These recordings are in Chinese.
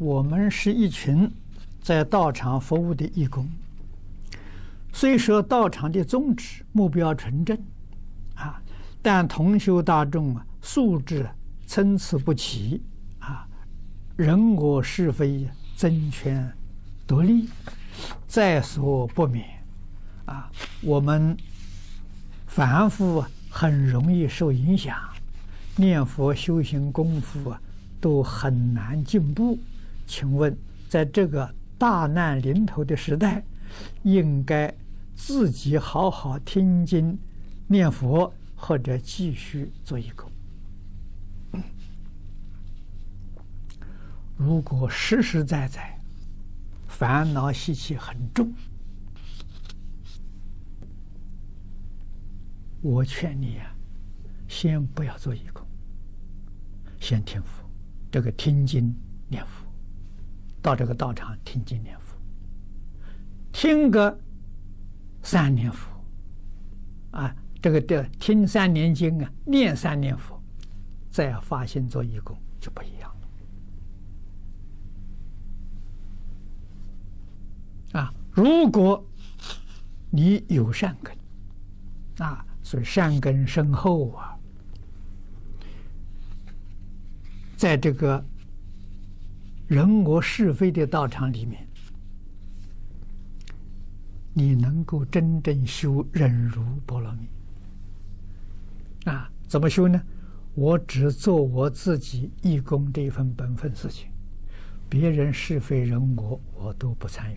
我们是一群在道场服务的义工。虽说道场的宗旨目标纯正但同修大众素质参差不齐人我是非争权夺利在所不免我们凡夫很容易受影响，念佛修行功夫都很难进步。请问在这个大难临头的时代，应该自己好好听经念佛，或者继续做义工？如果实实在在烦恼习气很重，我劝你先不要做义工，先听佛，这个听经念佛，到这个道场听经念佛，听个3年佛这个听3年经念3年佛，再发心做义工就不一样了如果你有善根所以善根深厚在这个人我是非的道场里面，你能够真正修忍辱波罗蜜怎么修呢？我只做我自己义工这一份本分事情，别人是非人我都不参与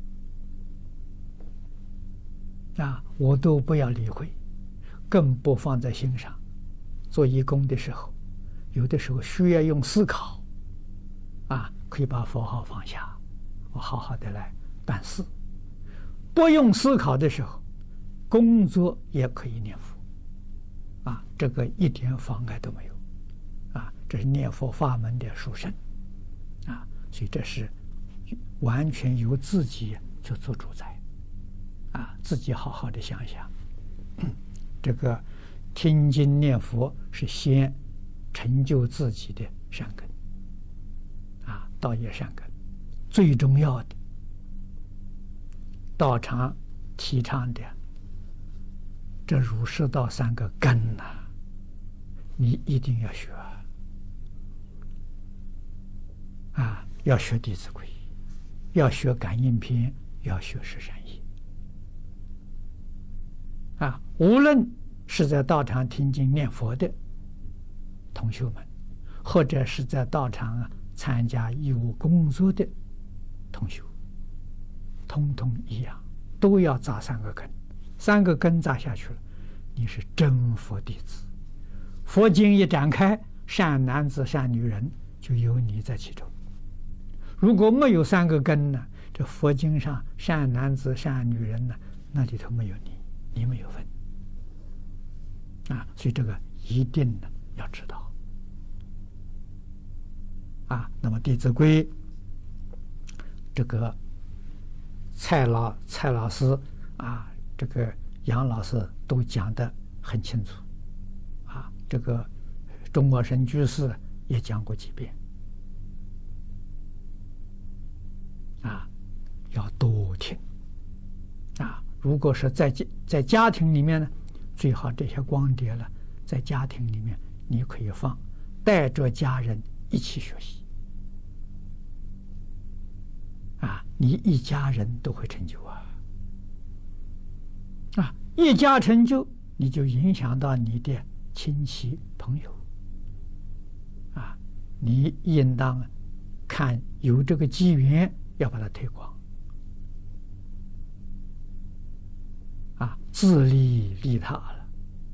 我都不要理会，更不放在心上。做义工的时候，有的时候需要用思考可以把佛号放下，我好好的来办事。不用思考的时候，工作也可以念佛这个一点妨碍都没有这是念佛法门的殊胜所以这是完全由自己就做主宰自己好好的想想这个听经念佛是先成就自己的善根道业善根。最重要的，道场提倡的这儒释道3个根你一定要学要学弟子规，要学感应篇，要学十善业无论是在道场听经念佛的同学们，或者是在道场参加义务工作的同学，通通一样，都要扎3个根。3个根扎下去了，你是真佛弟子。佛经一展开，善男子善女人就有你在其中。如果没有3个根呢，这佛经上善男子善女人呢，那里头没有你，你没有份所以这个一定呢要知道那么《弟子规》这个蔡老师这个杨老师都讲得很清楚这个钟国生居士也讲过几遍要多听如果是在家庭里面呢，最好这些光碟了，在家庭里面你可以放，带着家人一起学习你一家人都会成就一家成就，你就影响到你的亲戚朋友你应当看有这个机缘要把它推广自利利他了，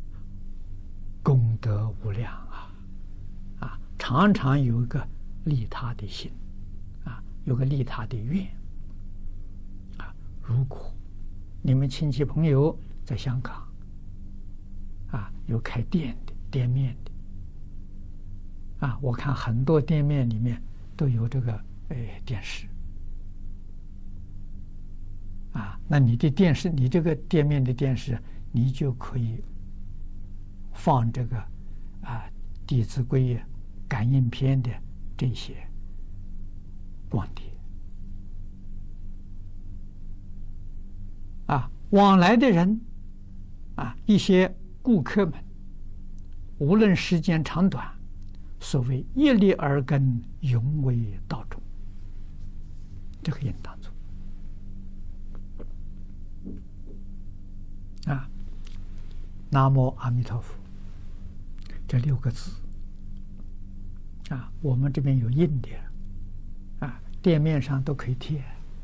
功德无量常常有一个利他的心有个利他的愿如果你们亲戚朋友在香港有开店的店面的我看很多店面里面都有这个电视那你的电视，你这个店面的电视，你就可以放这个弟子规》感应篇的这些光碟啊，往来的人啊，一些顾客们，无论时间长短，所谓一粒耳根，永为道中，这个应当做啊。南无阿弥陀佛，这6个字啊，我们这边有印的啊，店面上都可以贴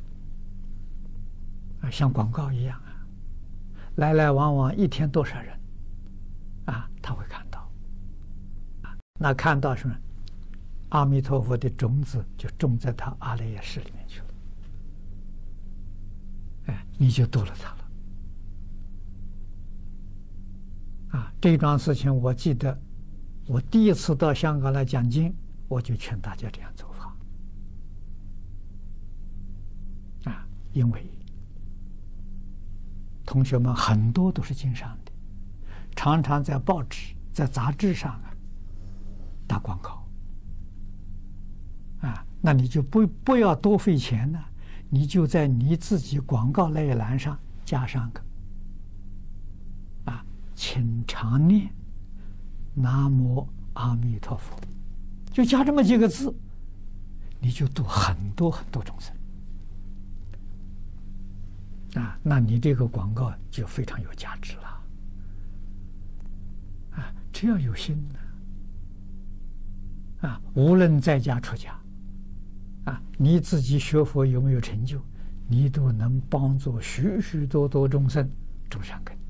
啊，像广告一样啊，来来往往一天多少人啊，他会看到啊，那看到什么？阿弥陀佛的种子就种在他阿赖耶识里面去了，哎，你就度了他了啊！这桩事情我记得，我第一次到香港来讲经，我就劝大家这样做法啊，因为同学们很多都是经商的，常常在报纸、在杂志上啊打广告啊，那你就不要多费钱呢，你就在你自己广告那一栏上加上个啊，请常念南无阿弥陀佛，就加这么几个字，你就度很多很多众生啊，那你这个广告就非常有价值了啊！只要有心呢啊，无论在家出家啊，你自己学佛有没有成就，你都能帮助许许多多众生种善根。